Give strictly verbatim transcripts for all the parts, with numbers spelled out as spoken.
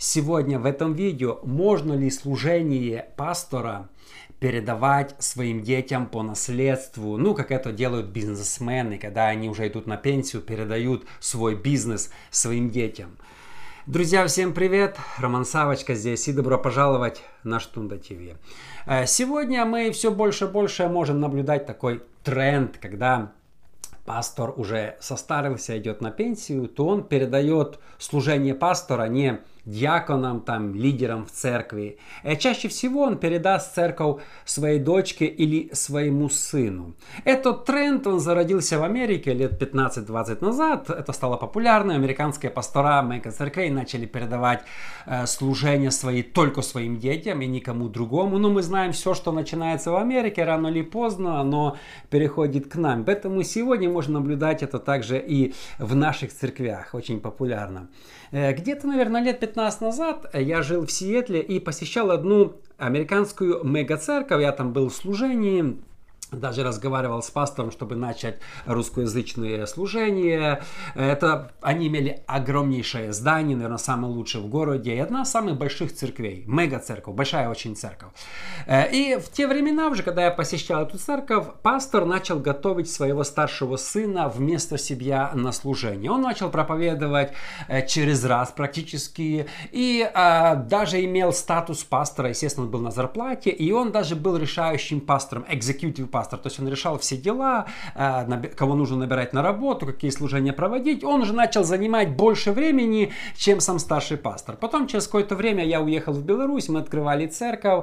Сегодня в этом видео можно ли служение пастора передавать своим детям по наследству, ну, как это делают бизнесмены, когда они уже идут на пенсию, передают свой бизнес своим детям. Друзья, всем привет! Роман Савочка здесь, и добро пожаловать на Штунда ТВ. Сегодня мы все больше и больше можем наблюдать такой тренд, когда пастор уже состарился, идет на пенсию, то он передает служение пастора не диаконам, там, лидерам в церкви. А чаще всего он передаст церковь своей дочке или своему сыну. Этот тренд, он зародился в Америке лет пятнадцать-двадцать назад. Это стало популярно. Американские пастора мега-церквей начали передавать э, служение свои только своим детям и никому другому. Но мы знаем, все, что начинается в Америке, рано или поздно, оно переходит к нам. Поэтому сегодня можно наблюдать это также и в наших церквях. Очень популярно. Э, где-то, наверное, лет пятнадцать назад я жил в Сиэтле и посещал одну американскую мега-церковь. Я там был в служении. Даже разговаривал с пастором, чтобы начать русскоязычное служение. Это, они имели огромнейшее здание, наверное, самое лучшее в городе. И одна из самых больших церквей. Мега-церковь, большая очень церковь. И в те времена, уже когда я посещал эту церковь, пастор начал готовить своего старшего сына вместо себя на служение. Он начал проповедовать через раз практически. И а, даже имел статус пастора. Естественно, он был на зарплате. И он даже был решающим пастором, executive пастором. Пастор, то есть он решал все дела, кого нужно набирать на работу, какие служения проводить. Он уже начал занимать больше времени, чем сам старший пастор. Потом через какое-то время я уехал в Беларусь, мы открывали церковь.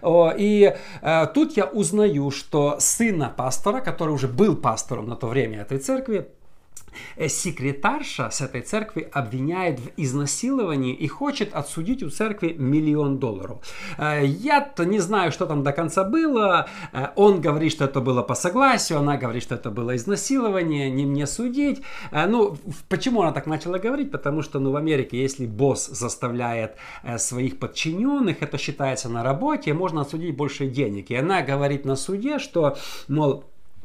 И тут я узнаю, что сына пастора, который уже был пастором на то время этой церкви, секретарша с этой церкви обвиняет в изнасиловании и хочет отсудить у церкви миллион долларов. Я-то не знаю, что там до конца было. Он говорит, что это было по согласию, она говорит, что это было изнасилование, не мне судить. Ну, почему она так начала говорить? Потому что, ну, в Америке, если босс заставляет своих подчиненных, это считается на работе, можно отсудить больше денег. И она говорит на суде, что, мол,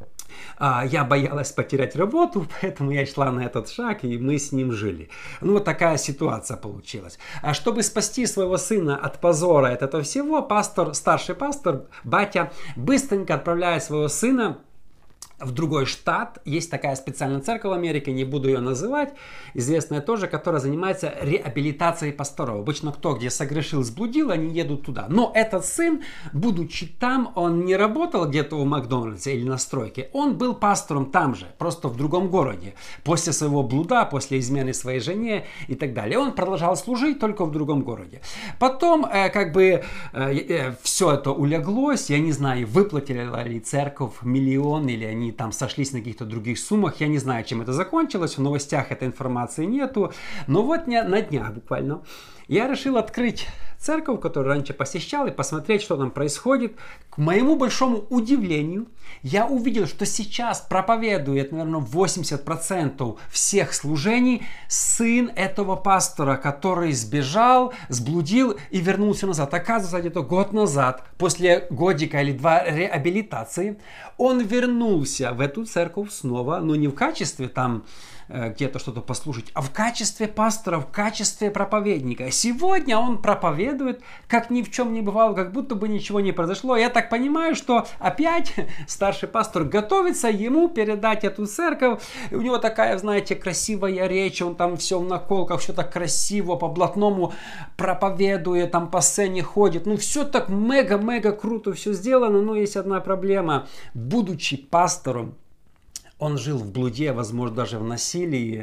я боялась потерять работу, поэтому я шла на этот шаг, и мы с ним жили. Ну, вот такая ситуация получилась. А чтобы спасти своего сына от позора от этого всего, пастор, старший пастор, батя, быстренько отправляет своего сына в другой штат. Есть такая специальная церковь в Америке, не буду ее называть, известная тоже, которая занимается реабилитацией пасторов. Обычно кто где согрешил, сблудил, они едут туда. Но этот сын, будучи там, он не работал где-то в Макдональдсе или на стройке. Он был пастором там же, просто в другом городе. После своего блуда, после измены своей жене и так далее. Он продолжал служить только в другом городе. Потом, э, как бы, э, э, все это улеглось. Я не знаю, выплатили ли церковь миллион, или они там сошлись на каких-то других суммах. Я не знаю, чем это закончилось. В новостях этой информации нету. Но вот на днях буквально я решил открыть церковь, которую раньше посещал, и посмотреть, что там происходит. К моему большому удивлению, я увидел, что сейчас проповедует, наверное, восемьдесят процентов всех служений сын этого пастора, который сбежал, сблудил и вернулся назад. Оказывается, где-то год назад, после годика или два реабилитации, он вернулся в эту церковь снова, но не в качестве там где-то что-то послушать, а в качестве пастора, в качестве проповедника. Сегодня он проповедует, как ни в чем не бывало, как будто бы ничего не произошло. Я так понимаю, что опять старший пастор готовится ему передать эту церковь. И у него такая, знаете, красивая речь, он там все в наколках, все так красиво, по блатному проповедует, там по сцене ходит. Ну, все так мега-мега круто все сделано, но есть одна проблема. Будучи пастором, он жил в блуде, возможно, даже в насилии.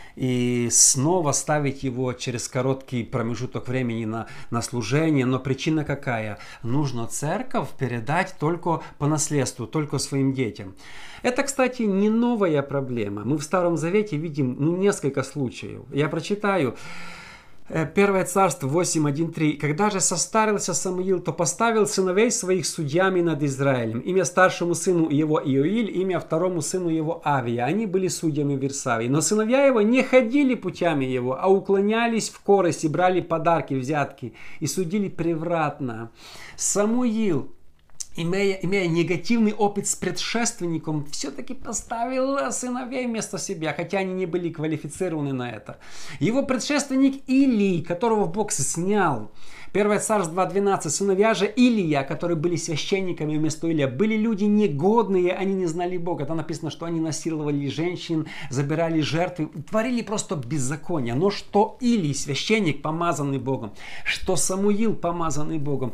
И снова ставить его через короткий промежуток времени на, на служение. Но причина какая? Нужно церковь передать только по наследству, только своим детям. Это, кстати, не новая проблема. Мы в Старом Завете видим, ну, несколько случаев. Я прочитаю. Первое Царство восемь, один, три. «Когда же состарился Самуил, то поставил сыновей своих судьями над Израилем. Имя старшему сыну его Иоиль, имя второму сыну его Авия. Они были судьями в Вирсавии. Но сыновья его не ходили путями его, а уклонялись в корысть и брали подарки, взятки, и судили превратно. Самуил имея, имея негативный опыт с предшественником, все-таки поставил сыновей вместо себя, хотя они не были квалифицированы на это. Его предшественник Илий, которого Бог снял. первое Царств два двенадцать. Сыновья же Илия, которые были священниками вместо Илия, были люди негодные, они не знали Бога. Там написано, что они насиловали женщин, забирали жертвы, творили просто беззаконие. Но что Илий, священник, помазанный Богом, что Самуил, помазанный Богом,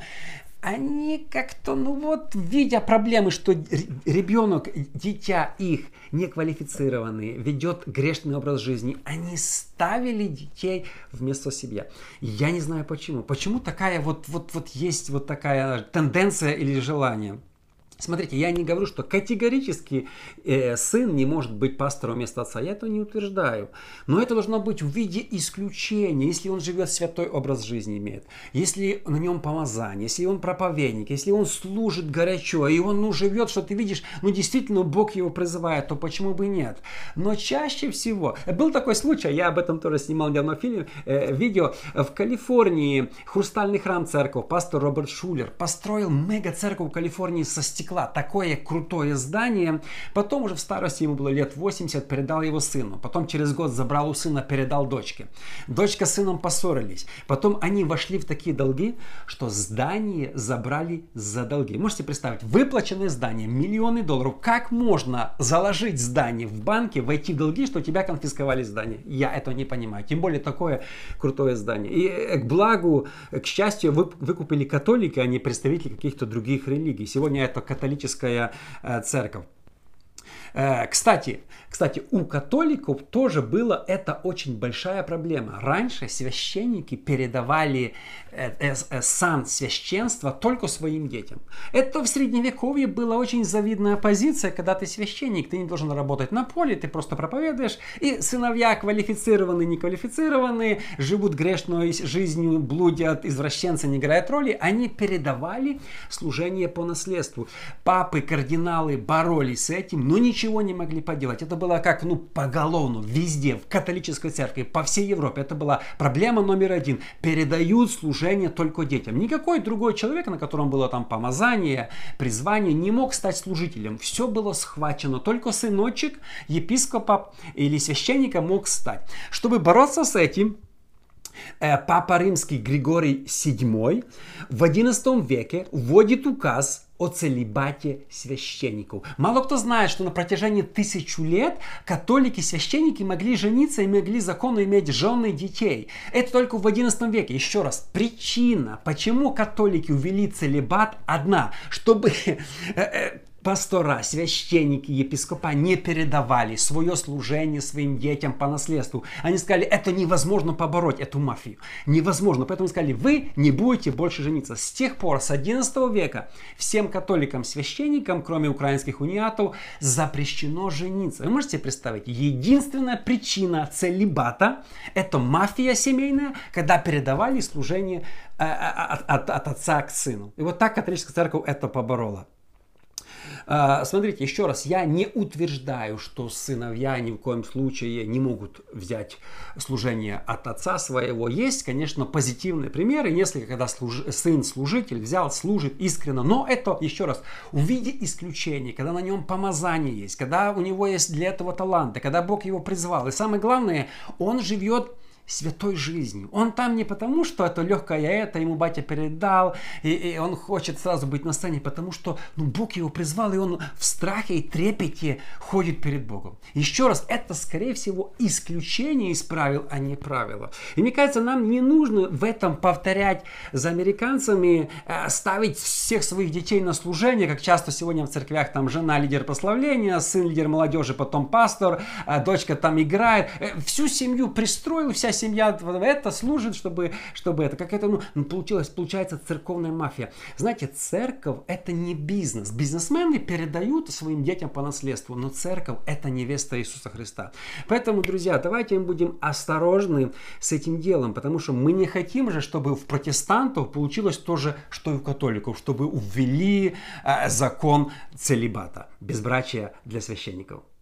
они как-то, ну вот, видя проблемы, что ребенок, дитя их неквалифицированный, ведет грешный образ жизни, они ставили детей вместо себя. Я не знаю почему. Почему такая вот, вот, вот есть вот такая тенденция или желание? Смотрите, я не говорю, что категорически э, сын не может быть пастором вместо отца. Я этого не утверждаю. Но это должно быть в виде исключения. Если он живет святой образ жизни имеет, если на нем помазание, если он проповедник, если он служит горячо, и он ну, живет, что ты видишь, ну действительно Бог его призывает, то почему бы нет? Но чаще всего, был такой случай, я об этом тоже снимал недавно фильм, э, видео, в Калифорнии Хрустальный храм церковь, пастор Роберт Шулер построил мега-церковь в Калифорнии со стекла. Такое крутое здание. Потом уже в старости, ему было лет восемьдесят, передал его сыну. Потом через год забрал у сына, передал дочке. Дочка с сыном поссорились. Потом они вошли в такие долги, что здание забрали за долги. Можете представить, выплаченное здание, миллионы долларов. Как можно заложить здание в банке, войти в долги, что у тебя конфисковали здание? Я этого не понимаю. Тем более такое крутое здание. И к благу, к счастью, выкупили католики, а не представители каких-то других религий. Сегодня это католическая э, церковь. Э, кстати, кстати, у католиков тоже была это очень большая проблема. Раньше священники передавали э, э, э, сан священства только своим детям. Это в средневековье была очень завидная позиция, когда ты священник, ты не должен работать на поле, ты просто проповедуешь, и сыновья квалифицированные, неквалифицированные, живут грешной жизнью, блудят, извращенцы, не играют роли, они передавали служение по наследству. Папы, кардиналы боролись с этим, но ничего не могли поделать. Это было как, ну, поголовно, везде, в католической церкви, по всей Европе. Это была проблема номер один. Передают служение только детям. Никакой другой человек, на котором было там помазание, призвание, не мог стать служителем. Все было схвачено. Только сыночек епископа или священника мог стать. Чтобы бороться с этим, Папа Римский Григорий седьмой в одиннадцатом веке вводит указ о целибате священников. Мало кто знает, что на протяжении тысячу лет католики-священники могли жениться и могли законно иметь жены и детей. Это только в одиннадцатом веке. Еще раз, причина, почему католики ввели целибат, одна, чтобы пастора, священники, епископа не передавали свое служение своим детям по наследству. Они сказали, это невозможно побороть, эту мафию. Невозможно. Поэтому сказали, вы не будете больше жениться. С тех пор, с одиннадцатого века, всем католикам, священникам, кроме украинских униатов, запрещено жениться. Вы можете представить, единственная причина целибата – это мафия семейная, когда передавали служение от, от, от отца к сыну. И вот так католическая церковь это поборола. Смотрите, еще раз, я не утверждаю, что сыновья ни в коем случае не могут взять служение от отца своего. Есть, конечно, позитивные примеры. Несколько, когда служ... сын-служитель взял, служит искренне. Но это, еще раз, в виде исключений, когда на нем помазание есть, когда у него есть для этого таланты, когда Бог его призвал. И самое главное, он живет святой жизнью. Он там не потому, что это легкое это, ему батя передал, и, и он хочет сразу быть на сцене, потому что ну, Бог его призвал, и он в страхе и трепете ходит перед Богом. Еще раз, это, скорее всего, исключение из правил, а не правило. И мне кажется, нам не нужно в этом повторять за американцами, э, ставить всех своих детей на служение, как часто сегодня в церквях там жена лидер прославления, сын лидер молодежи, потом пастор, э, дочка там играет. Э, всю семью пристроил, вся семья это служит, чтобы, чтобы это, как это, ну, получилось, получается церковная мафия. Знаете, церковь это не бизнес. Бизнесмены передают своим детям по наследству, но церковь это невеста Иисуса Христа. Поэтому, друзья, давайте мы будем осторожны с этим делом, потому что мы не хотим же, чтобы в протестантов получилось то же, что и у католиков, чтобы ввели э, закон целибата, безбрачия для священников.